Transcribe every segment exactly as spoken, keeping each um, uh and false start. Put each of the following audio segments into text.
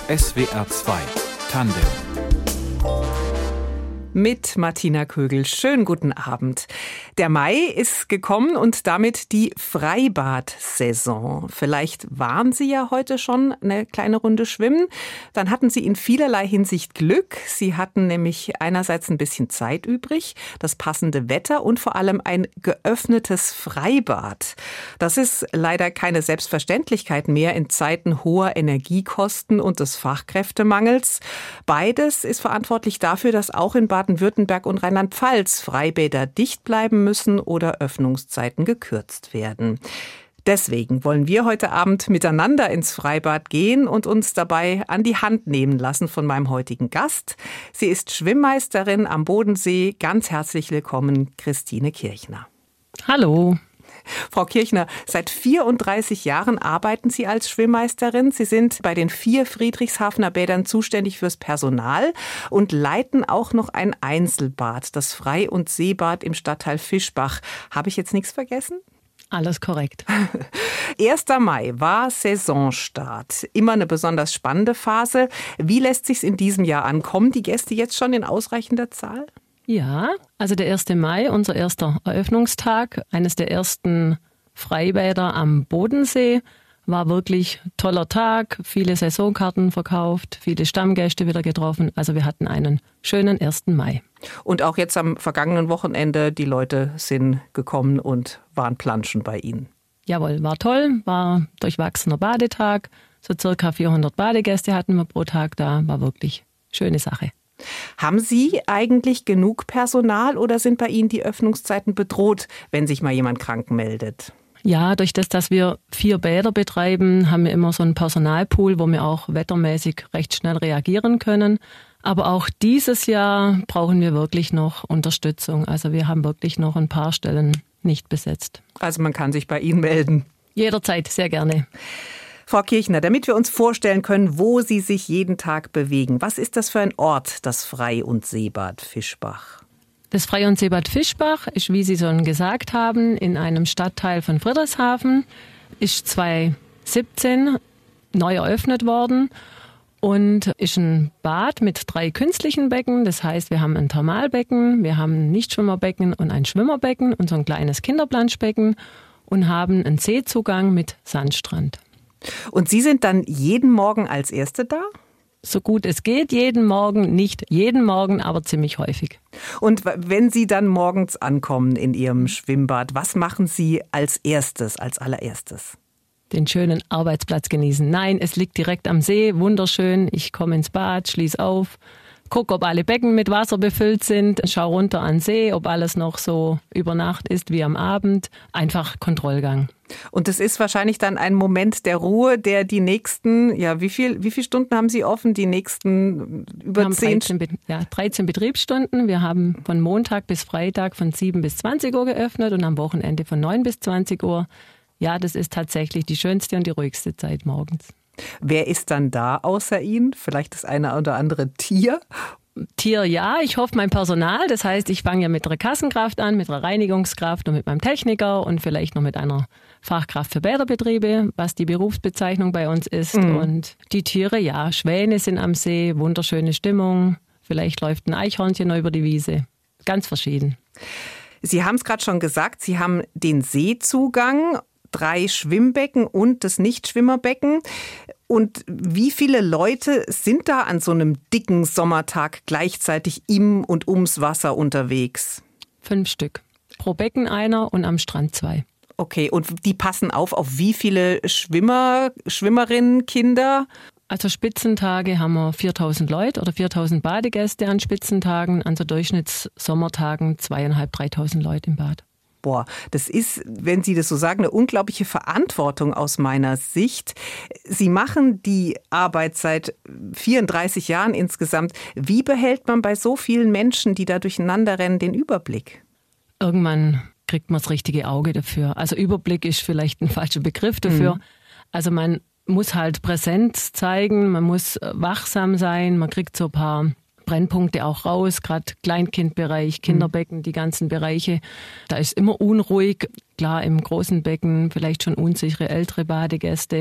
S W R zwei Tandem mit Martina Kögel. Schönen guten Abend. Der Mai ist gekommen und damit die Freibad-Saison. Vielleicht waren Sie ja heute schon eine kleine Runde schwimmen. Dann hatten Sie in vielerlei Hinsicht Glück. Sie hatten nämlich einerseits ein bisschen Zeit übrig, das passende Wetter und vor allem ein geöffnetes Freibad. Das ist leider keine Selbstverständlichkeit mehr in Zeiten hoher Energiekosten und des Fachkräftemangels. Beides ist verantwortlich dafür, dass auch in Baden-Württemberg und Rheinland-Pfalz Freibäder dicht bleiben müssen oder Öffnungszeiten gekürzt werden. Deswegen wollen wir heute Abend miteinander ins Freibad gehen und uns dabei an die Hand nehmen lassen von meinem heutigen Gast. Sie ist Schwimmmeisterin am Bodensee. Ganz herzlich willkommen, Christine Kirchner. Hallo. Frau Kirchner, seit vierunddreißig Jahren arbeiten Sie als Schwimmmeisterin. Sie sind bei den vier Friedrichshafener Bädern zuständig fürs Personal und leiten auch noch ein Einzelbad, das Frei- und Seebad im Stadtteil Fischbach. Habe ich jetzt nichts vergessen? Alles korrekt. erster Mai war Saisonstart. Immer eine besonders spannende Phase. Wie lässt sich's in diesem Jahr an? Kommen die Gäste jetzt schon in ausreichender Zahl? Ja, also der erste Mai, unser erster Eröffnungstag, eines der ersten Freibäder am Bodensee, war wirklich toller Tag, viele Saisonkarten verkauft, viele Stammgäste wieder getroffen. Also wir hatten einen schönen ersten Mai. Und auch jetzt am vergangenen Wochenende, die Leute sind gekommen und waren planschen bei Ihnen. Jawohl, war toll, war durchwachsener Badetag. So circa vierhundert Badegäste hatten wir pro Tag da, war wirklich schöne Sache. Haben Sie eigentlich genug Personal oder sind bei Ihnen die Öffnungszeiten bedroht, wenn sich mal jemand krank meldet? Ja, durch das, dass wir vier Bäder betreiben, haben wir immer so einen Personalpool, wo wir auch wettermäßig recht schnell reagieren können. Aber auch dieses Jahr brauchen wir wirklich noch Unterstützung. Also wir haben wirklich noch ein paar Stellen nicht besetzt. Also man kann sich bei Ihnen melden? Jederzeit, sehr gerne. Frau Kirchner, damit wir uns vorstellen können, wo Sie sich jeden Tag bewegen, was ist das für ein Ort, das Frei- und Seebad Fischbach? Das Frei- und Seebad Fischbach ist, wie Sie schon gesagt haben, in einem Stadtteil von Friedrichshafen, ist zweitausendsiebzehn neu eröffnet worden und ist ein Bad mit drei künstlichen Becken. Das heißt, wir haben ein Thermalbecken, wir haben ein Nichtschwimmerbecken und ein Schwimmerbecken und so ein kleines Kinderplanschbecken und haben einen Seezugang mit Sandstrand. Und Sie sind dann jeden Morgen als Erste da? So gut es geht, jeden Morgen, nicht jeden Morgen, aber ziemlich häufig. Und wenn Sie dann morgens ankommen in Ihrem Schwimmbad, was machen Sie als Erstes, als allererstes? Den schönen Arbeitsplatz genießen. Nein, es liegt direkt am See, wunderschön. Ich komme ins Bad, schließe auf, gucke, ob alle Becken mit Wasser befüllt sind, schau runter an den See, ob alles noch so über Nacht ist wie am Abend. Einfach Kontrollgang. Und es ist wahrscheinlich dann ein Moment der Ruhe, der die nächsten, ja, wie viel, wie viele Stunden haben Sie offen? Die nächsten über wir haben zehn? dreizehn, ja, dreizehn Betriebsstunden. Wir haben von Montag bis Freitag von sieben bis zwanzig Uhr geöffnet und am Wochenende von neun bis zwanzig Uhr. Ja, das ist tatsächlich die schönste und die ruhigste Zeit morgens. Wer ist dann da außer Ihnen? Vielleicht das eine oder andere Tier? Tier ja, ich hoffe mein Personal. Das heißt, ich fange ja mit einer Kassenkraft an, mit einer Reinigungskraft und mit meinem Techniker und vielleicht noch mit einer Fachkraft für Bäderbetriebe, was die Berufsbezeichnung bei uns ist. Mhm. Und die Tiere, ja, Schwäne sind am See, wunderschöne Stimmung. Vielleicht läuft ein Eichhörnchen noch über die Wiese. Ganz verschieden. Sie haben es gerade schon gesagt, Sie haben den Seezugang, drei Schwimmbecken und das Nichtschwimmerbecken. Und wie viele Leute sind da an so einem dicken Sommertag gleichzeitig im und ums Wasser unterwegs? Fünf Stück. Pro Becken einer und am Strand zwei. Okay, und die passen auf auf wie viele Schwimmer, Schwimmerinnen, Kinder? Also Spitzentage haben wir viertausend Leute oder viertausend Badegäste an Spitzentagen. An so Durchschnittssommertagen zweieinhalb, dreitausend Leute im Bad. Boah, das ist, wenn Sie das so sagen, eine unglaubliche Verantwortung aus meiner Sicht. Sie machen die Arbeit seit vierunddreißig Jahren insgesamt. Wie behält man bei so vielen Menschen, die da durcheinander rennen, den Überblick? Irgendwann kriegt man das richtige Auge dafür. Also Überblick ist vielleicht ein falscher Begriff dafür. Mhm. Also man muss halt Präsenz zeigen, man muss wachsam sein, man kriegt so ein paar Brennpunkte auch raus, gerade Kleinkindbereich, Kinderbecken, die ganzen Bereiche. Da ist immer unruhig. Klar, im großen Becken vielleicht schon unsichere ältere Badegäste.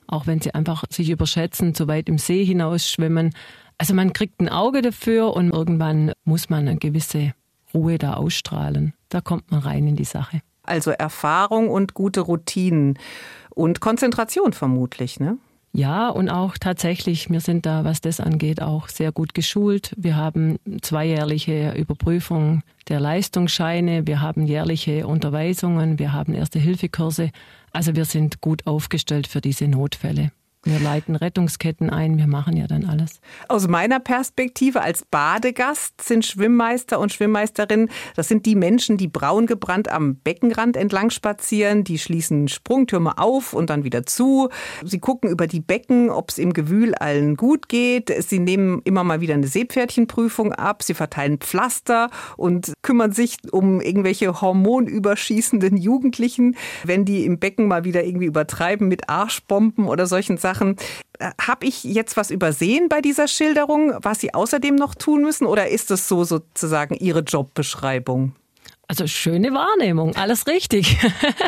auch wenn sie einfach sich überschätzen, zu weit im See hinaus schwimmen. Also man kriegt ein Auge dafür und irgendwann muss man eine gewisse Ruhe da ausstrahlen. Da kommt man rein in die Sache. Also Erfahrung und gute Routinen und Konzentration vermutlich, ne? Ja, und auch tatsächlich, wir sind da, was das angeht, auch sehr gut geschult. Wir haben zweijährliche Überprüfung der Leistungsscheine, wir haben jährliche Unterweisungen, wir haben Erste-Hilfe-Kurse. Also wir sind gut aufgestellt für diese Notfälle. Wir leiten Rettungsketten ein, wir machen ja dann alles. Aus meiner Perspektive als Badegast sind Schwimmmeister und Schwimmmeisterinnen, das sind die Menschen, die braun gebrannt am Beckenrand entlang spazieren, die schließen Sprungtürme auf und dann wieder zu. Sie gucken über die Becken, ob es im Gewühl allen gut geht. Sie nehmen immer mal wieder eine Seepferdchenprüfung ab, sie verteilen Pflaster und kümmern sich um irgendwelche hormonüberschießenden Jugendlichen, wenn die im Becken mal wieder irgendwie übertreiben mit Arschbomben oder solchen Sachen. Habe ich jetzt was übersehen bei dieser Schilderung, was Sie außerdem noch tun müssen, oder ist das so sozusagen Ihre Jobbeschreibung? Also schöne Wahrnehmung, alles richtig.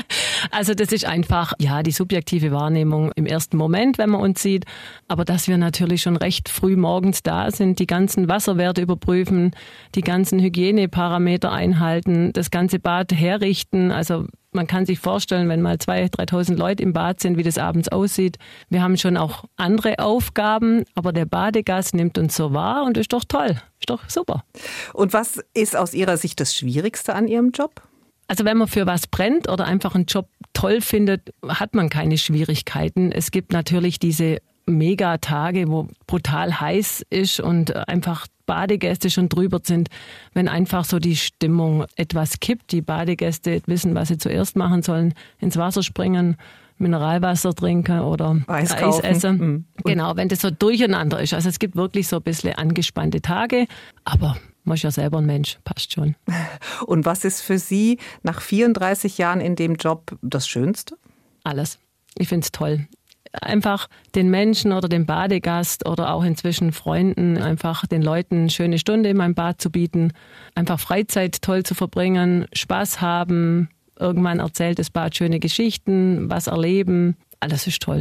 Also das ist einfach, ja, die subjektive Wahrnehmung im ersten Moment, wenn man uns sieht. Aber dass wir natürlich schon recht früh morgens da sind, die ganzen Wasserwerte überprüfen, die ganzen Hygieneparameter einhalten, das ganze Bad herrichten. Also man kann sich vorstellen, wenn mal zweitausend, dreitausend Leute im Bad sind, wie das abends aussieht. Wir haben schon auch andere Aufgaben, aber der Badegast nimmt uns so wahr und ist doch toll, ist doch super. Und was ist aus Ihrer Sicht das Schwierigste an Ihrem Job? Also wenn man für was brennt oder einfach einen Job toll findet, hat man keine Schwierigkeiten. Es gibt natürlich diese Megatage, wo brutal heiß ist und einfach Badegäste schon drüber sind, wenn einfach so die Stimmung etwas kippt. Die Badegäste wissen, was sie zuerst machen sollen, ins Wasser springen, Mineralwasser trinken oder Eis, Eis essen. Mhm. Genau, wenn das so durcheinander ist. Also es gibt wirklich so ein bisschen angespannte Tage, aber man ist ja selber ein Mensch, passt schon. Und was ist für Sie nach vierunddreißig Jahren in dem Job das Schönste? Alles. Ich finde es toll. Einfach den Menschen oder dem Badegast oder auch inzwischen Freunden, einfach den Leuten eine schöne Stunde in meinem Bad zu bieten, einfach Freizeit toll zu verbringen, Spaß haben, irgendwann erzählt das Bad schöne Geschichten, was erleben, alles ist toll.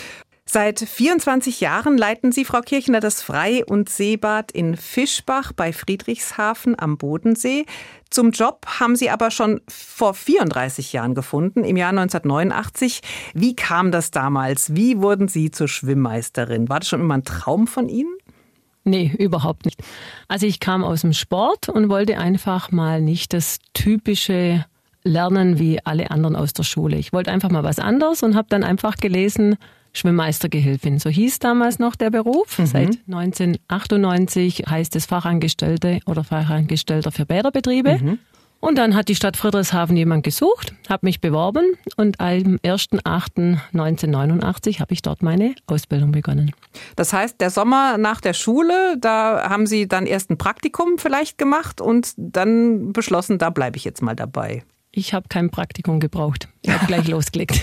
Seit vierundzwanzig Jahren leiten Sie, Frau Kirchner, das Frei- und Seebad in Fischbach bei Friedrichshafen am Bodensee. Zum Job haben Sie aber schon vor vierunddreißig Jahren gefunden, im Jahr neunzehnhundertneunundachtzig. Wie kam das damals? Wie wurden Sie zur Schwimmmeisterin? War das schon immer ein Traum von Ihnen? Nee, überhaupt nicht. Also ich kam aus dem Sport und wollte einfach mal nicht das typische lernen wie alle anderen aus der Schule. Ich wollte einfach mal was anderes und habe dann einfach gelesen, Schwimmmeistergehilfin, so hieß damals noch der Beruf. Mhm. Seit neunzehnhundertachtundneunzig heißt es Fachangestellte oder Fachangestellter für Bäderbetriebe. Mhm. Und dann hat die Stadt Friedrichshafen jemand gesucht, habe mich beworben und am erster achter neunzehnhundertneunundachtzig habe ich dort meine Ausbildung begonnen. Das heißt, der Sommer nach der Schule, da haben Sie dann erst ein Praktikum vielleicht gemacht und dann beschlossen, da bleibe ich jetzt mal dabei. Ich habe kein Praktikum gebraucht. Ich habe gleich losgelegt.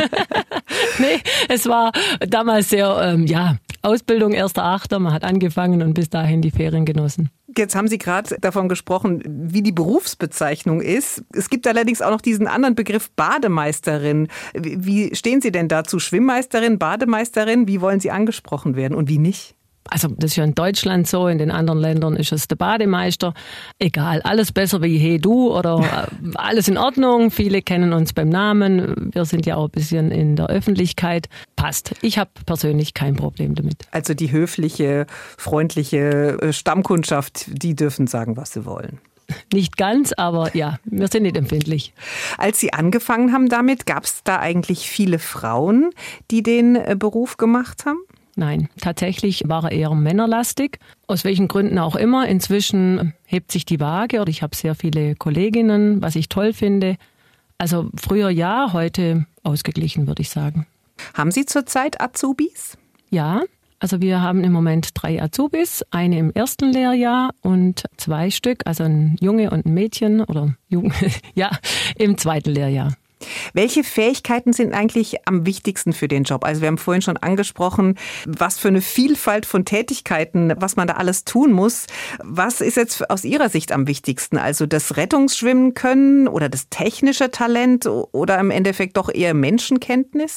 Nee, es war damals sehr, ähm, ja, Ausbildung erster achter Man hat angefangen und bis dahin die Ferien genossen. Jetzt haben Sie gerade davon gesprochen, wie die Berufsbezeichnung ist. Es gibt allerdings auch noch diesen anderen Begriff Bademeisterin. Wie stehen Sie denn dazu? Schwimmmeisterin, Bademeisterin? Wie wollen Sie angesprochen werden und wie nicht? Also das ist ja in Deutschland so, in den anderen Ländern ist es der Bademeister. Egal, alles besser wie hey du oder alles in Ordnung. Viele kennen uns beim Namen. Wir sind ja auch ein bisschen in der Öffentlichkeit. Passt. Ich habe persönlich kein Problem damit. Also die höfliche, freundliche Stammkundschaft, die dürfen sagen, was sie wollen. Nicht ganz, aber ja, wir sind nicht empfindlich. Als Sie angefangen haben damit, gab es da eigentlich viele Frauen, die den Beruf gemacht haben? Nein, tatsächlich war er eher männerlastig. Aus welchen Gründen auch immer. Inzwischen hebt sich die Waage oder ich habe sehr viele Kolleginnen, was ich toll finde. Also früher ja, heute ausgeglichen, würde ich sagen. Haben Sie zurzeit Azubis? Ja, also wir haben im Moment drei Azubis, eine im ersten Lehrjahr und zwei Stück, also ein Junge und ein Mädchen oder Junge, ja, im zweiten Lehrjahr. Welche Fähigkeiten sind eigentlich am wichtigsten für den Job? Also wir haben vorhin schon angesprochen, was für eine Vielfalt von Tätigkeiten, was man da alles tun muss. Was ist jetzt aus Ihrer Sicht am wichtigsten? Also das Rettungsschwimmen können oder das technische Talent oder im Endeffekt doch eher Menschenkenntnis?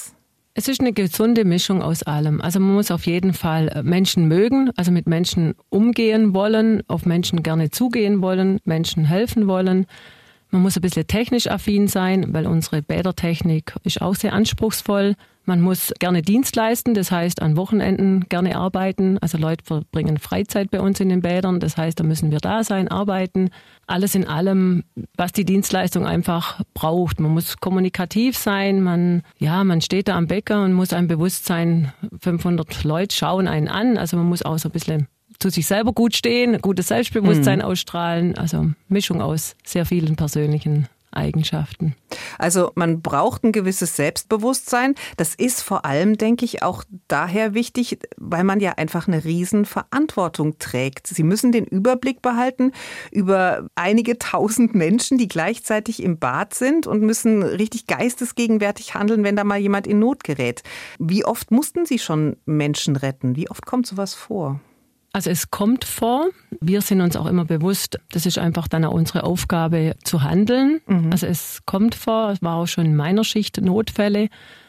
Es ist eine gesunde Mischung aus allem. Also man muss auf jeden Fall Menschen mögen, also mit Menschen umgehen wollen, auf Menschen gerne zugehen wollen, Menschen helfen wollen. Man muss ein bisschen technisch affin sein, weil unsere Bädertechnik ist auch sehr anspruchsvoll. Man muss gerne Dienst leisten, das heißt an Wochenenden gerne arbeiten. Also Leute verbringen Freizeit bei uns in den Bädern, das heißt, da müssen wir da sein, arbeiten. Alles in allem, was die Dienstleistung einfach braucht. Man muss kommunikativ sein, man, ja, man steht da am Becken und muss einem bewusst sein, fünfhundert Leute schauen einen an. Also man muss auch so ein bisschen zu sich selber gut stehen, gutes Selbstbewusstsein mhm. ausstrahlen. Also Mischung aus sehr vielen persönlichen Eigenschaften. Also man braucht ein gewisses Selbstbewusstsein. Das ist vor allem, denke ich, auch daher wichtig, weil man ja einfach eine Riesenverantwortung trägt. Sie müssen den Überblick behalten über einige tausend Menschen, die gleichzeitig im Bad sind und müssen richtig geistesgegenwärtig handeln, wenn da mal jemand in Not gerät. Wie oft mussten Sie schon Menschen retten? Wie oft kommt sowas vor? Also es kommt vor. Wir sind uns auch immer bewusst, das ist einfach dann auch unsere Aufgabe zu handeln. Mhm. Also es kommt vor, es war auch schon in meiner Schicht Notfälle.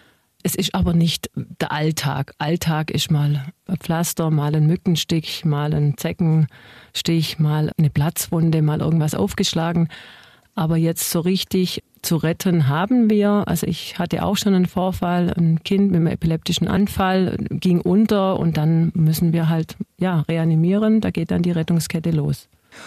Es ist aber nicht der Alltag. Alltag ist mal ein Pflaster, mal ein Mückenstich, mal ein Zeckenstich, mal eine Platzwunde, mal irgendwas aufgeschlagen. Aber jetzt so richtig zu retten haben wir. Also ich hatte auch schon einen Vorfall, ein Kind mit einem epileptischen Anfall ging unter und dann müssen wir halt ja reanimieren. Da geht dann die Rettungskette los.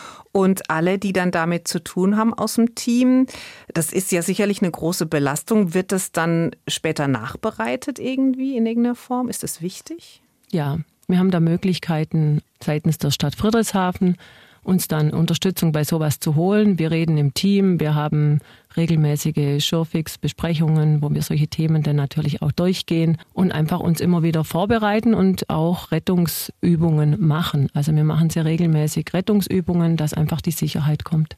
Und alle, die dann damit zu tun haben aus dem Team, das ist ja sicherlich eine große Belastung. Wird das dann später nachbereitet irgendwie in irgendeiner Form? Ist das wichtig? Ja, wir haben da Möglichkeiten seitens der Stadt Friedrichshafen, uns dann Unterstützung bei sowas zu holen. Wir reden im Team, wir haben regelmäßige Surefix-Besprechungen, wo wir solche Themen dann natürlich auch durchgehen und einfach uns immer wieder vorbereiten und auch Rettungsübungen machen. Also wir machen sehr regelmäßig Rettungsübungen, dass einfach die Sicherheit kommt.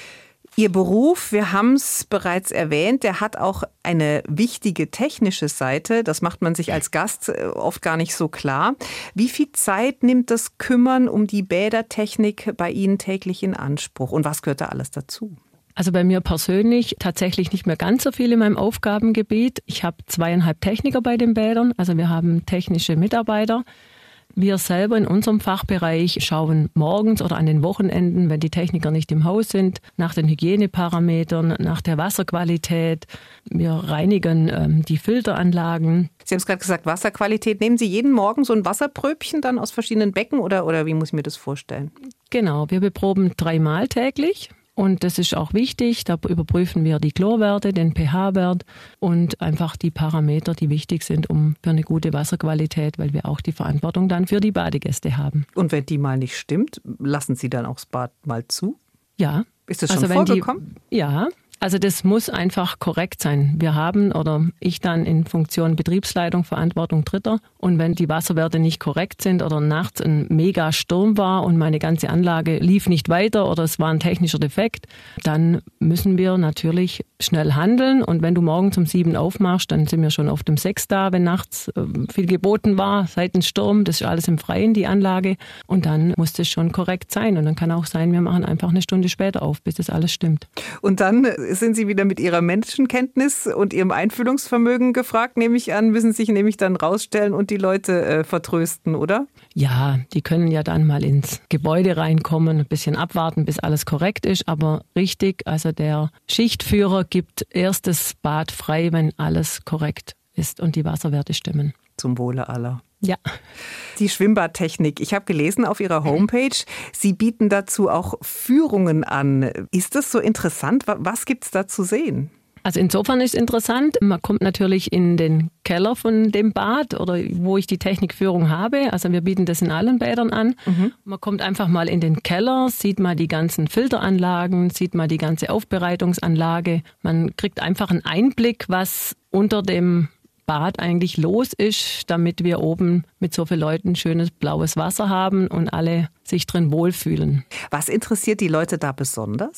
Ihr Beruf, wir haben es bereits erwähnt, der hat auch eine wichtige technische Seite. Das macht man sich als Gast oft gar nicht so klar. Wie viel Zeit nimmt das Kümmern um die Bädertechnik bei Ihnen täglich in Anspruch? Und was gehört da alles dazu? Also bei mir persönlich tatsächlich nicht mehr ganz so viel in meinem Aufgabengebiet. Ich habe zweieinhalb Techniker bei den Bädern, also wir haben technische Mitarbeiter. Wir selber in unserem Fachbereich schauen morgens oder an den Wochenenden, wenn die Techniker nicht im Haus sind, nach den Hygieneparametern, nach der Wasserqualität. Wir reinigen ähm, die Filteranlagen. Sie haben es gerade gesagt, Wasserqualität. Nehmen Sie jeden Morgen so ein Wasserpröbchen dann aus verschiedenen Becken oder, oder wie muss ich mir das vorstellen? Genau, wir beproben dreimal täglich. Und das ist auch wichtig, da überprüfen wir die Chlorwerte, den pH-Wert und einfach die Parameter, die wichtig sind, um für eine gute Wasserqualität, weil wir auch die Verantwortung dann für die Badegäste haben. Und wenn die mal nicht stimmt, lassen Sie dann auch das Bad mal zu? Ja. Ist das schon also vorgekommen? Die, ja. Also das muss einfach korrekt sein. Wir haben, oder ich dann in Funktion Betriebsleitung, Verantwortung Dritter. Und wenn die Wasserwerte nicht korrekt sind oder nachts ein Mega-Sturm war und meine ganze Anlage lief nicht weiter oder es war ein technischer Defekt, dann müssen wir natürlich schnell handeln. Und wenn du morgens um sieben aufmachst, dann sind wir schon auf dem Sechs da, wenn nachts viel geboten war, seit dem Sturm. Das ist alles im Freien, die Anlage. Und dann muss das schon korrekt sein. Und dann kann auch sein, wir machen einfach eine Stunde später auf, bis das alles stimmt. Und dann sind Sie wieder mit Ihrer Menschenkenntnis und Ihrem Einfühlungsvermögen gefragt, nehme ich an, müssen sich nämlich dann rausstellen und die Leute äh, vertrösten, oder? Ja, die können ja dann mal ins Gebäude reinkommen, ein bisschen abwarten, bis alles korrekt ist, aber richtig, also der Schichtführer gibt erst das Bad frei, wenn alles korrekt ist und die Wasserwerte stimmen. Zum Wohle aller. Ja. Die Schwimmbadtechnik. Ich habe gelesen auf Ihrer Homepage, Sie bieten dazu auch Führungen an. Ist das so interessant? Was gibt es da zu sehen? Also insofern ist es interessant. Man kommt natürlich in den Keller von dem Bad oder wo ich die Technikführung habe. Also wir bieten das in allen Bädern an. Mhm. Man kommt einfach mal in den Keller, sieht mal die ganzen Filteranlagen, sieht mal die ganze Aufbereitungsanlage. Man kriegt einfach einen Einblick, was unter dem Bad eigentlich los ist, damit wir oben mit so vielen Leuten schönes blaues Wasser haben und alle sich drin wohlfühlen. Was interessiert die Leute da besonders?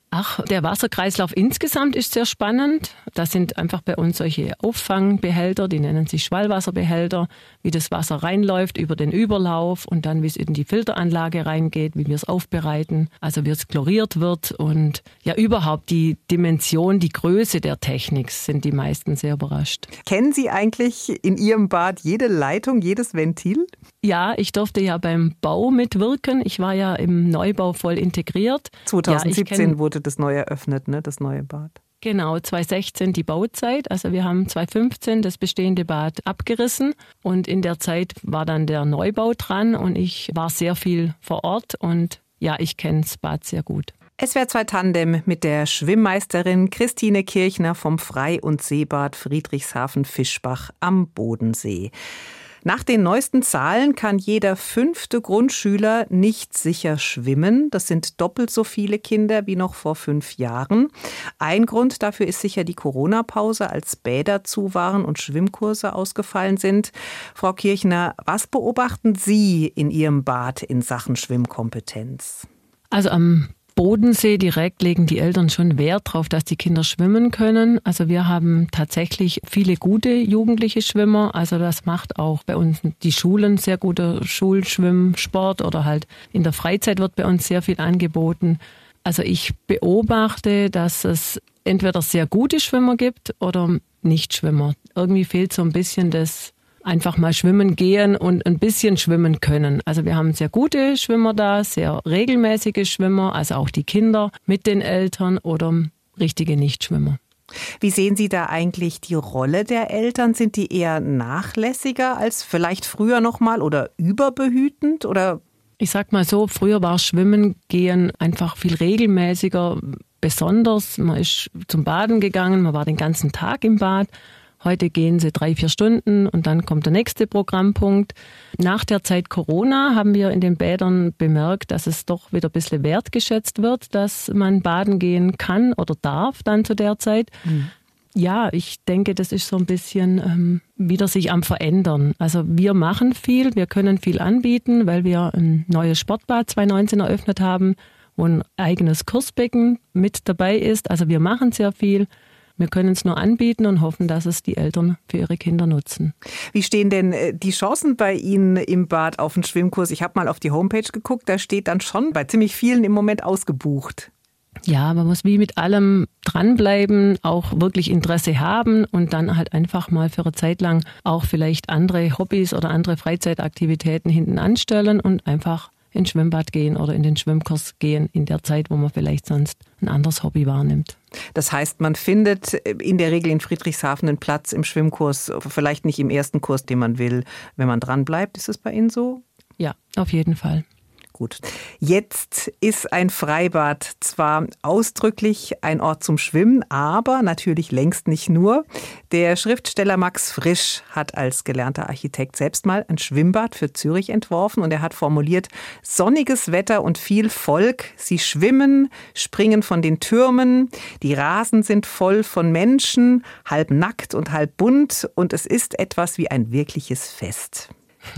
Ach, der Wasserkreislauf insgesamt ist sehr spannend. Das sind einfach bei uns solche Auffangbehälter, die nennen sich Schwallwasserbehälter, wie das Wasser reinläuft über den Überlauf und dann, wie es in die Filteranlage reingeht, wie wir es aufbereiten, also wie es chloriert wird. Und ja, überhaupt die Dimension, die Größe der Technik sind die meisten sehr überrascht. Kennen Sie eigentlich in Ihrem Bad jede Leitung, jedes Ventil? Ja, ich durfte ja beim Bau mitwirken. Ich war ja im Neubau voll integriert. zwanzig siebzehn ja, kenn, wurde das neu eröffnet, ne, das neue Bad. Genau, zwanzig sechzehn die Bauzeit. Also wir haben zwanzig fünfzehn das bestehende Bad abgerissen und in der Zeit war dann der Neubau dran und ich war sehr viel vor Ort und ja, ich kenne das Bad sehr gut. S W R zwei Tandem mit der Schwimmmeisterin Christine Kirchner vom Frei- und Seebad Friedrichshafen-Fischbach am Bodensee. Nach den neuesten Zahlen kann jeder fünfte Grundschüler nicht sicher schwimmen. Das sind doppelt so viele Kinder wie noch vor fünf Jahren. Ein Grund dafür ist sicher die Corona-Pause, als Bäder zu waren und Schwimmkurse ausgefallen sind. Frau Kirchner, was beobachten Sie in Ihrem Bad in Sachen Schwimmkompetenz? Also am Bodensee direkt legen die Eltern schon Wert darauf, dass die Kinder schwimmen können. Also wir haben tatsächlich viele gute jugendliche Schwimmer. Also das macht auch bei uns die Schulen sehr guter Schulschwimmsport oder halt in der Freizeit wird bei uns sehr viel angeboten. Also ich beobachte, dass es entweder sehr gute Schwimmer gibt oder Nichtschwimmer. Irgendwie fehlt so ein bisschen das einfach mal schwimmen gehen und ein bisschen schwimmen können. Also wir haben sehr gute Schwimmer da, sehr regelmäßige Schwimmer, also auch die Kinder mit den Eltern oder richtige Nichtschwimmer. Wie sehen Sie da eigentlich die Rolle der Eltern? Sind die eher nachlässiger als vielleicht früher noch mal oder überbehütend oder? Ich sag mal so, früher war Schwimmen gehen einfach viel regelmäßiger, besonders. Man ist zum Baden gegangen, man war den ganzen Tag im Bad. Heute gehen sie drei, vier Stunden und dann kommt der nächste Programmpunkt. Nach der Zeit Corona haben wir in den Bädern bemerkt, dass es doch wieder ein bisschen wertgeschätzt wird, dass man baden gehen kann oder darf dann zu der Zeit. Mhm. Ja, ich denke, das ist so ein bisschen ähm, wieder sich am Verändern. Also wir machen viel, wir können viel anbieten, weil wir ein neues Sportbad zwanzig neunzehn eröffnet haben, wo ein eigenes Kursbecken mit dabei ist. Also wir machen sehr viel. Wir können es nur anbieten und hoffen, dass es die Eltern für ihre Kinder nutzen. Wie stehen denn die Chancen bei Ihnen im Bad auf einen Schwimmkurs? Ich habe mal auf die Homepage geguckt, da steht dann schon bei ziemlich vielen im Moment ausgebucht. Ja, man muss wie mit allem dranbleiben, auch wirklich Interesse haben und dann halt einfach mal für eine Zeit lang auch vielleicht andere Hobbys oder andere Freizeitaktivitäten hinten anstellen und einfach ins Schwimmbad gehen oder in den Schwimmkurs gehen in der Zeit, wo man vielleicht sonst ein anderes Hobby wahrnimmt. Das heißt, man findet in der Regel in Friedrichshafen einen Platz im Schwimmkurs, vielleicht nicht im ersten Kurs, den man will, wenn man dran bleibt. Ist es bei Ihnen so? Ja, auf jeden Fall. Gut. Jetzt ist ein Freibad zwar ausdrücklich ein Ort zum Schwimmen, aber natürlich längst nicht nur. Der Schriftsteller Max Frisch hat als gelernter Architekt selbst mal ein Schwimmbad für Zürich entworfen und er hat formuliert: sonniges Wetter und viel Volk. Sie schwimmen, springen von den Türmen. Die Rasen sind voll von Menschen, halb nackt und halb bunt und es ist etwas wie ein wirkliches Fest.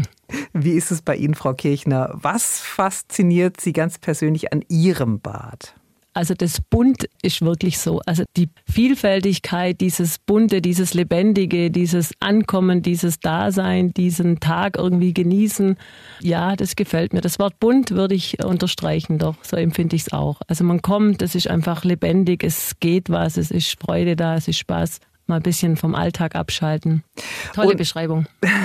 Wie ist es bei Ihnen, Frau Kirchner? Was fasziniert Sie ganz persönlich an Ihrem Bad? Also das Bunt ist wirklich so. Also die Vielfältigkeit, dieses Bunte, dieses Lebendige, dieses Ankommen, dieses Dasein, diesen Tag irgendwie genießen. Ja, das gefällt mir. Das Wort bunt würde ich unterstreichen, doch. So empfinde ich es auch. Also man kommt, es ist einfach lebendig, es geht was, es ist Freude da, es ist Spaß. Mal ein bisschen vom Alltag abschalten. Tolle und, Beschreibung.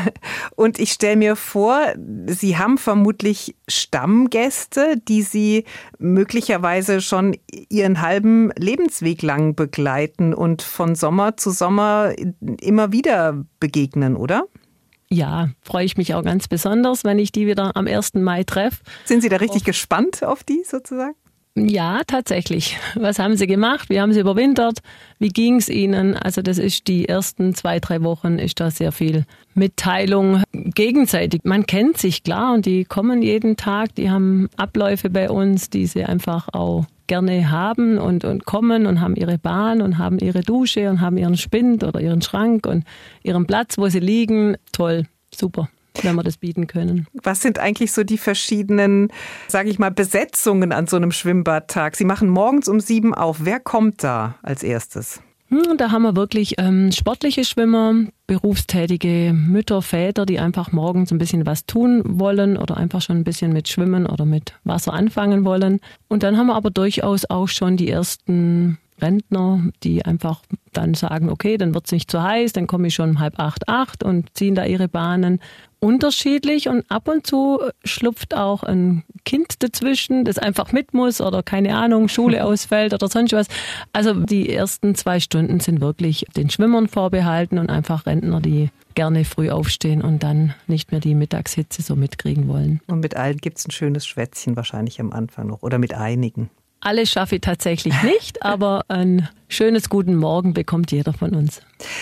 Und ich stelle mir vor, Sie haben vermutlich Stammgäste, die Sie möglicherweise schon Ihren halben Lebensweg lang begleiten und von Sommer zu Sommer immer wieder begegnen, oder? Ja, freue ich mich auch ganz besonders, wenn ich die wieder am ersten Mai treffe. Sind Sie da richtig oh. gespannt auf die sozusagen? Ja, tatsächlich. Was haben Sie gemacht? Wie haben Sie überwintert? Wie ging es Ihnen? Also das ist die ersten zwei, drei Wochen ist da sehr viel Mitteilung gegenseitig. Man kennt sich, klar, und die kommen jeden Tag, die haben Abläufe bei uns, die sie einfach auch gerne haben und, und kommen und haben ihre Bahn und haben ihre Dusche und haben ihren Spind oder ihren Schrank und ihren Platz, wo sie liegen. Toll, super. wenn wir das bieten können. Was sind eigentlich so die verschiedenen, sage ich mal, Besetzungen an so einem Schwimmbadtag? Sie machen morgens um sieben auf. Wer kommt da als erstes? Da haben wir wirklich ähm, sportliche Schwimmer, berufstätige Mütter, Väter, die einfach morgens ein bisschen was tun wollen oder einfach schon ein bisschen mit Schwimmen oder mit Wasser anfangen wollen. Und dann haben wir aber durchaus auch schon die ersten Rentner, die einfach dann sagen, okay, dann wird es nicht zu heiß, dann komme ich schon um halb acht, acht und ziehen da ihre Bahnen. Unterschiedlich und ab und zu schlupft auch ein Kind dazwischen, das einfach mit muss oder keine Ahnung, Schule ausfällt oder sonst was. Also die ersten zwei Stunden sind wirklich den Schwimmern vorbehalten und einfach Rentner, die gerne früh aufstehen und dann nicht mehr die Mittagshitze so mitkriegen wollen. Und mit allen gibt es ein schönes Schwätzchen wahrscheinlich am Anfang noch oder mit einigen. Alles schaffe ich tatsächlich nicht, aber ein schönes Guten Morgen bekommt jeder von uns.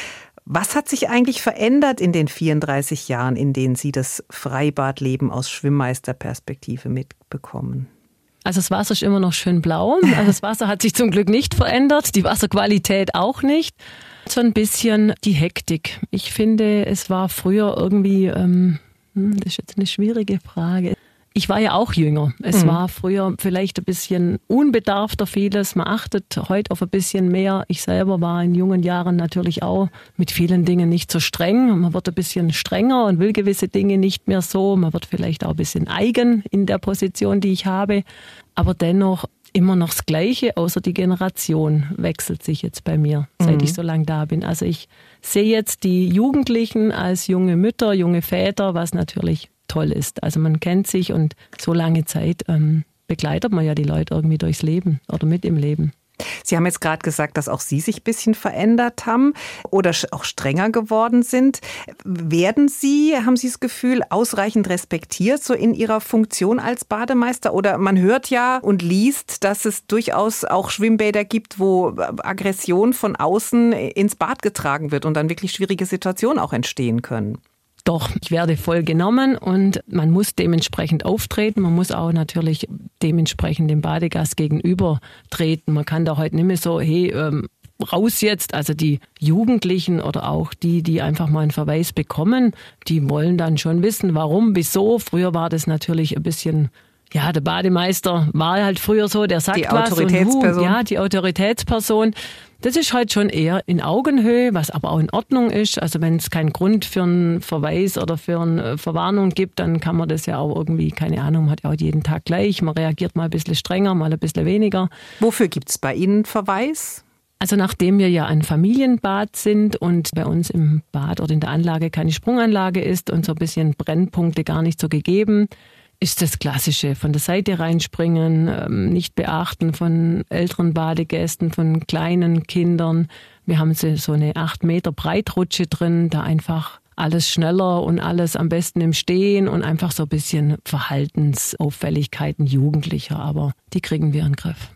Was hat sich eigentlich verändert in den vierunddreißig Jahren, in denen Sie das Freibadleben aus Schwimmmeisterperspektive mitbekommen? Also das Wasser ist immer noch schön blau. Also das Wasser hat sich zum Glück nicht verändert, die Wasserqualität auch nicht. So ein bisschen die Hektik. Ich finde, es war früher irgendwie, ähm, das ist jetzt eine schwierige Frage. Ich war ja auch jünger. Es mhm. war früher vielleicht ein bisschen unbedarfter vieles. Man achtet heute auf ein bisschen mehr. Ich selber war in jungen Jahren natürlich auch mit vielen Dingen nicht so streng. Man wird ein bisschen strenger und will gewisse Dinge nicht mehr so. Man wird vielleicht auch ein bisschen eigen in der Position, die ich habe. Aber dennoch immer noch das Gleiche, außer die Generation wechselt sich jetzt bei mir, seit mhm. ich so lange da bin. Also ich sehe jetzt die Jugendlichen als junge Mütter, junge Väter, was natürlich toll ist. Also man kennt sich und so lange Zeit ähm, begleitet man ja die Leute irgendwie durchs Leben oder mit im Leben. Sie haben jetzt gerade gesagt, dass auch Sie sich ein bisschen verändert haben oder auch strenger geworden sind. Werden Sie, haben Sie das Gefühl, ausreichend respektiert, so in Ihrer Funktion als Bademeister? Oder man hört ja und liest, dass es durchaus auch Schwimmbäder gibt, wo Aggression von außen ins Bad getragen wird und dann wirklich schwierige Situationen auch entstehen können. Doch, ich werde voll genommen und man muss dementsprechend auftreten. Man muss auch natürlich dementsprechend dem Badegast gegenüber treten. Man kann da heute nicht mehr so, hey, ähm, raus jetzt. Also die Jugendlichen oder auch die, die einfach mal einen Verweis bekommen, die wollen dann schon wissen, warum, wieso. Früher war das natürlich ein bisschen... Ja, der Bademeister war halt früher so, der sagt die was. Autoritätsperson. Und, ja, die Autoritätsperson. Das ist halt schon eher in Augenhöhe, was aber auch in Ordnung ist. Also wenn es keinen Grund für einen Verweis oder für eine Verwarnung gibt, dann kann man das ja auch irgendwie, keine Ahnung, man hat ja auch jeden Tag gleich. Man reagiert mal ein bisschen strenger, mal ein bisschen weniger. Wofür gibt es bei Ihnen Verweis? Also nachdem wir ja ein Familienbad sind und bei uns im Bad oder in der Anlage keine Sprunganlage ist und so ein bisschen Brennpunkte gar nicht so gegeben, ist das Klassische, von der Seite reinspringen, nicht beachten von älteren Badegästen, von kleinen Kindern. Wir haben so eine acht Meter Breitrutsche drin, da einfach alles schneller und alles am besten im Stehen und einfach so ein bisschen Verhaltensauffälligkeiten Jugendlicher, aber die kriegen wir in den Griff.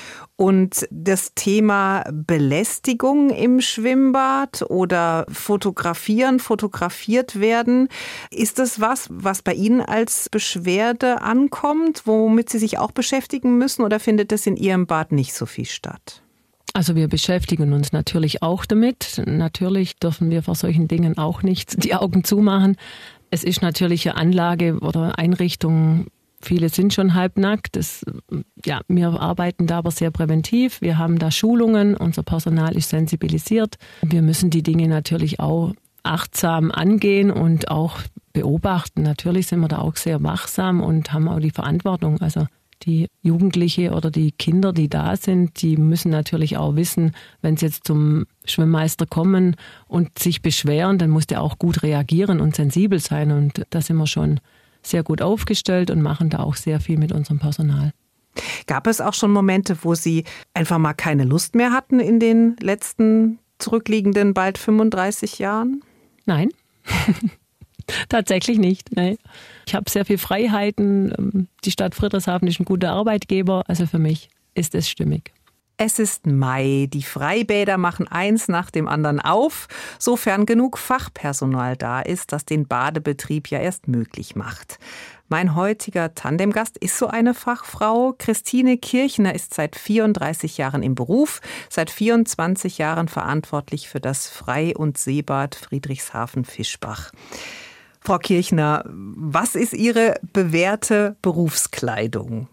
Und das Thema Belästigung im Schwimmbad oder Fotografieren, fotografiert werden, ist das was, was bei Ihnen als Beschwerde ankommt, womit Sie sich auch beschäftigen müssen, oder findet das in Ihrem Bad nicht so viel statt? Also wir beschäftigen uns natürlich auch damit. Natürlich dürfen wir vor solchen Dingen auch nicht die Augen zumachen. Es ist natürlich eine Anlage oder Einrichtung. Viele sind schon halbnackt. Das, ja, wir arbeiten da aber sehr präventiv. Wir haben da Schulungen, unser Personal ist sensibilisiert. Wir müssen die Dinge natürlich auch achtsam angehen und auch beobachten. Natürlich sind wir da auch sehr wachsam und haben auch die Verantwortung. Also die Jugendliche oder die Kinder, die da sind, die müssen natürlich auch wissen, wenn sie jetzt zum Schwimmmeister kommen und sich beschweren, dann muss der auch gut reagieren und sensibel sein. Und da sind wir schon sehr gut aufgestellt und machen da auch sehr viel mit unserem Personal. Gab es auch schon Momente, wo Sie einfach mal keine Lust mehr hatten in den letzten zurückliegenden bald fünfunddreißig Jahren? Nein, tatsächlich nicht. Nee. Ich habe sehr viel Freiheiten. Die Stadt Friedrichshafen ist ein guter Arbeitgeber. Also für mich ist es stimmig. Es ist Mai, die Freibäder machen eins nach dem anderen auf, sofern genug Fachpersonal da ist, das den Badebetrieb ja erst möglich macht. Mein heutiger Tandemgast ist so eine Fachfrau. Christine Kirchner ist seit vierunddreißig Jahren im Beruf, seit vierundzwanzig Jahren verantwortlich für das Frei- und Seebad Friedrichshafen-Fischbach. Frau Kirchner, was ist Ihre bewährte Berufskleidung?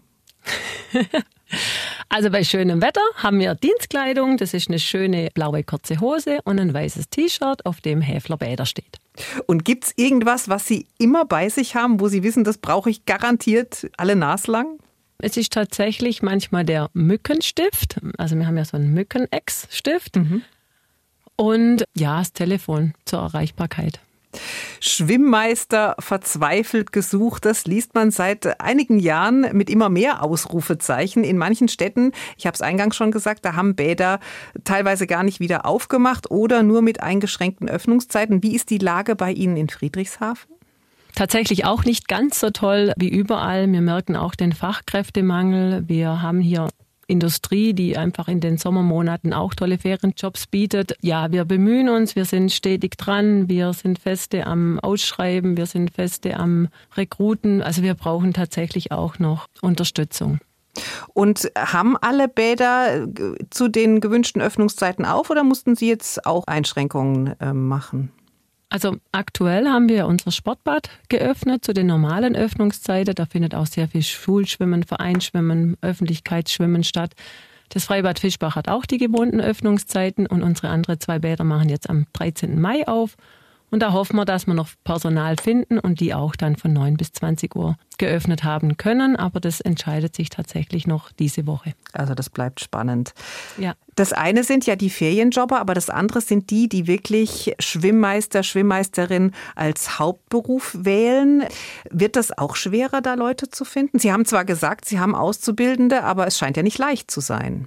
Also bei schönem Wetter haben wir Dienstkleidung. Das ist eine schöne blaue kurze Hose und ein weißes T-Shirt, auf dem Häfler Bäder steht. Und gibt es irgendwas, was Sie immer bei sich haben, wo Sie wissen, das brauche ich garantiert alle naslang? Es ist tatsächlich manchmal der Mückenstift. Also wir haben ja so einen Mückenex-Stift. Mhm. Und ja, das Telefon zur Erreichbarkeit. Schwimmmeister verzweifelt gesucht, das liest man seit einigen Jahren mit immer mehr Ausrufezeichen. In manchen Städten, ich habe es eingangs schon gesagt, da haben Bäder teilweise gar nicht wieder aufgemacht oder nur mit eingeschränkten Öffnungszeiten. Wie ist die Lage bei Ihnen in Friedrichshafen? Tatsächlich auch nicht ganz so toll wie überall. Wir merken auch den Fachkräftemangel. Wir haben hier Industrie, die einfach in den Sommermonaten auch tolle Ferienjobs bietet. Ja, wir bemühen uns, wir sind stetig dran, wir sind feste am Ausschreiben, wir sind feste am Rekruten. Also wir brauchen tatsächlich auch noch Unterstützung. Und haben alle Bäder zu den gewünschten Öffnungszeiten auf oder mussten Sie jetzt auch Einschränkungen äh, machen? Also aktuell haben wir unser Sportbad geöffnet zu den normalen Öffnungszeiten. Da findet auch sehr viel Schulschwimmen, Vereinsschwimmen, Öffentlichkeitsschwimmen statt. Das Freibad Fischbach hat auch die gewohnten Öffnungszeiten und unsere anderen zwei Bäder machen jetzt am dreizehnten Mai auf. Und da hoffen wir, dass wir noch Personal finden und die auch dann von neun bis zwanzig Uhr geöffnet haben können. Aber das entscheidet sich tatsächlich noch diese Woche. Also das bleibt spannend. Ja. Das eine sind ja die Ferienjobber, aber das andere sind die, die wirklich Schwimmmeister, Schwimmmeisterin als Hauptberuf wählen. Wird das auch schwerer, da Leute zu finden? Sie haben zwar gesagt, Sie haben Auszubildende, aber es scheint ja nicht leicht zu sein.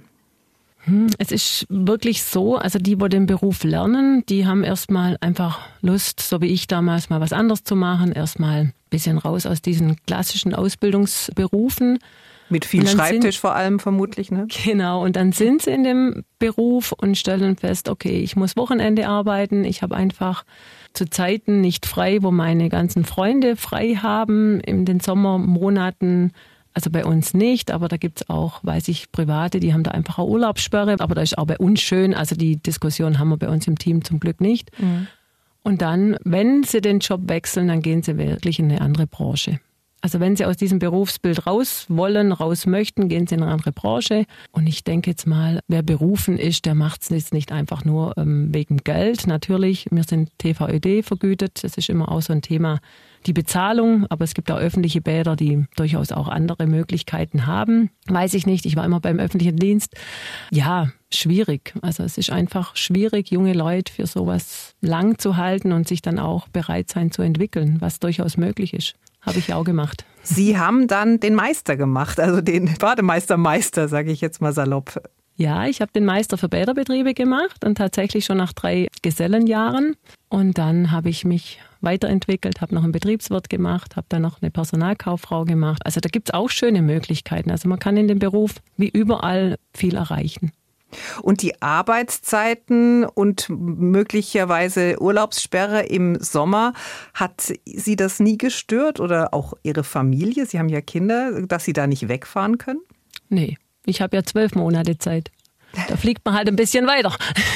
Es ist wirklich so, also die, die den Beruf lernen, die haben erstmal einfach Lust, so wie ich damals, mal was anderes zu machen, erstmal ein bisschen raus aus diesen klassischen Ausbildungsberufen. Mit viel Schreibtisch sind, vor allem vermutlich, ne? Genau, und dann sind sie in dem Beruf und stellen fest, okay, ich muss Wochenende arbeiten, ich habe einfach zu Zeiten nicht frei, wo meine ganzen Freunde frei haben, in den Sommermonaten. Also bei uns nicht, aber da gibt es auch, weiß ich, Private, die haben da einfach eine Urlaubssperre. Aber da ist auch bei uns schön, also die Diskussion haben wir bei uns im Team zum Glück nicht. Mhm. Und dann, wenn sie den Job wechseln, dann gehen sie wirklich in eine andere Branche. Also wenn sie aus diesem Berufsbild raus wollen, raus möchten, gehen sie in eine andere Branche. Und ich denke jetzt mal, wer berufen ist, der macht es jetzt nicht einfach nur ähm, wegen Geld. Natürlich, wir sind T V Ö D vergütet, das ist immer auch so ein Thema, die Bezahlung. Aber es gibt auch öffentliche Bäder, die durchaus auch andere Möglichkeiten haben. Weiß ich nicht, ich war immer beim öffentlichen Dienst. Ja, schwierig. Also es ist einfach schwierig, junge Leute für sowas lang zu halten und sich dann auch bereit sein zu entwickeln, was durchaus möglich ist. Habe ich auch gemacht. Sie haben dann den Meister gemacht, also den Bademeister-Meister, sage ich jetzt mal salopp. Ja, ich habe den Meister für Bäderbetriebe gemacht und tatsächlich schon nach drei Gesellenjahren. Und dann habe ich mich weiterentwickelt, habe noch einen Betriebswirt gemacht, habe dann noch eine Personalkauffrau gemacht. Also da gibt es auch schöne Möglichkeiten. Also man kann in dem Beruf wie überall viel erreichen. Und die Arbeitszeiten und möglicherweise Urlaubssperre im Sommer, hat Sie das nie gestört oder auch Ihre Familie? Sie haben ja Kinder, dass Sie da nicht wegfahren können? Nee, ich habe ja zwölf Monate Zeit. Da fliegt man halt ein bisschen weiter.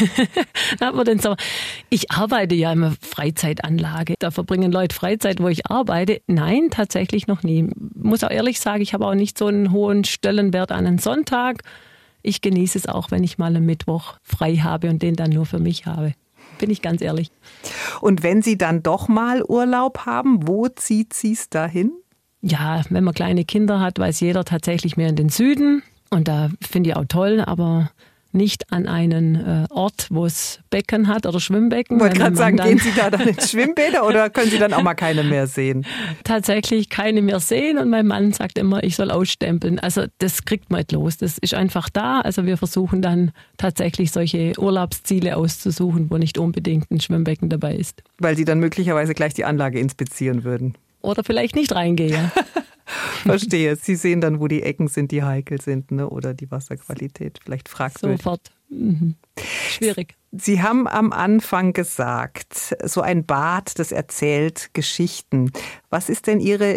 Da hat man den Sommer. Ich arbeite ja in einer Freizeitanlage. Da verbringen Leute Freizeit, wo ich arbeite. Nein, tatsächlich noch nie. Ich muss auch ehrlich sagen, ich habe auch nicht so einen hohen Stellenwert an einen Sonntag. Ich genieße es auch, wenn ich mal einen Mittwoch frei habe und den dann nur für mich habe. Bin ich ganz ehrlich. Und wenn Sie dann doch mal Urlaub haben, wo zieht Sie es dahin? Ja, wenn man kleine Kinder hat, weiß jeder tatsächlich mehr in den Süden. Und da finde ich auch toll, aber nicht an einen äh, Ort, wo es Becken hat oder Schwimmbecken. Ich wollte gerade sagen, gehen Sie da dann ins Schwimmbäder oder können Sie dann auch mal keine mehr sehen? Tatsächlich keine mehr sehen und mein Mann sagt immer, ich soll ausstempeln. Also das kriegt man nicht los, das ist einfach da. Also wir versuchen dann tatsächlich solche Urlaubsziele auszusuchen, wo nicht unbedingt ein Schwimmbecken dabei ist. Weil Sie dann möglicherweise gleich die Anlage inspizieren würden. Oder vielleicht nicht reingehen. Verstehe. Sie sehen dann, wo die Ecken sind, die heikel sind, ne? Oder die Wasserqualität vielleicht fragwürdig. Sofort. Mhm. Schwierig. Sie haben am Anfang gesagt, so ein Bad, das erzählt Geschichten. Was ist denn Ihre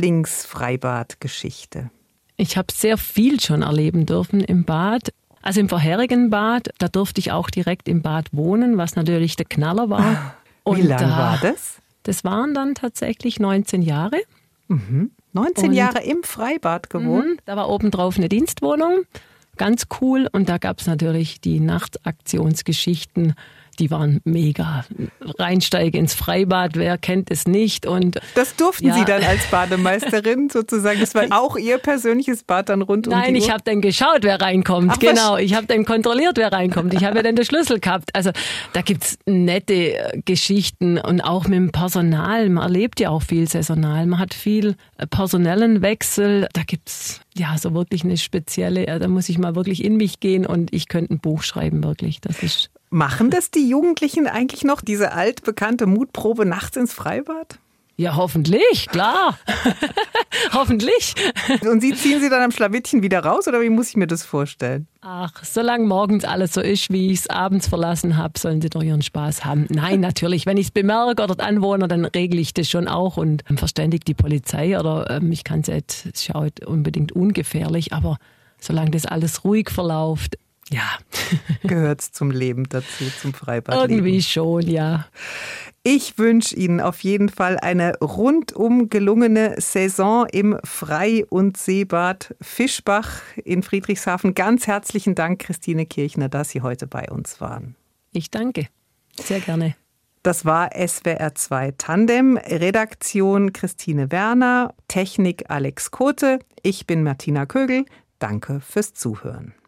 Lieblingsfreibadgeschichte? Ich habe sehr viel schon erleben dürfen im Bad. Also im vorherigen Bad, da durfte ich auch direkt im Bad wohnen, was natürlich der Knaller war. Wie lange war das? Das waren dann tatsächlich neunzehn Jahre. Mhm. neunzehn und, Jahre im Freibad gewohnt? Mhm, da war obendrauf eine Dienstwohnung, ganz cool. Und da gab es natürlich die Nachtaktionsgeschichten. Die waren mega. Reinsteige ins Freibad, wer kennt es nicht? Und das durften ja. Sie dann als Bademeisterin sozusagen? Das war auch Ihr persönliches Bad dann rund um Nein, die Uhr? ich habe dann geschaut, wer reinkommt. Ach, genau, ich habe dann kontrolliert, wer reinkommt. Ich habe ja dann den Schlüssel gehabt. Also da gibt's nette Geschichten und auch mit dem Personal. Man erlebt ja auch viel saisonal. Man hat viel personellen Wechsel. Da gibt's ja so wirklich eine spezielle, da muss ich mal wirklich in mich gehen und ich könnte ein Buch schreiben, wirklich. Das ist Machen das die Jugendlichen eigentlich noch, diese altbekannte Mutprobe nachts ins Freibad? Ja, hoffentlich, klar. Hoffentlich. Und Sie ziehen sie dann am Schlawittchen wieder raus oder wie muss ich mir das vorstellen? Ach, solange morgens alles so ist, wie ich es abends verlassen habe, sollen sie doch ihren Spaß haben. Nein, natürlich, wenn ich es bemerke oder die Anwohner, dann regle ich das schon auch und verständige die Polizei oder ähm, ich kann es jetzt, es ist ja nicht unbedingt ungefährlich, aber solange das alles ruhig verläuft, ja. Gehört es zum Leben dazu, zum Freibadleben? Irgendwie schon, ja. Ich wünsche Ihnen auf jeden Fall eine rundum gelungene Saison im Frei- und Seebad Fischbach in Friedrichshafen. Ganz herzlichen Dank, Christine Kirchner, dass Sie heute bei uns waren. Ich danke. Sehr gerne. Das war S W R zwei Tandem, Redaktion Christine Werner, Technik Alex Kote. Ich bin Martina Kögel. Danke fürs Zuhören.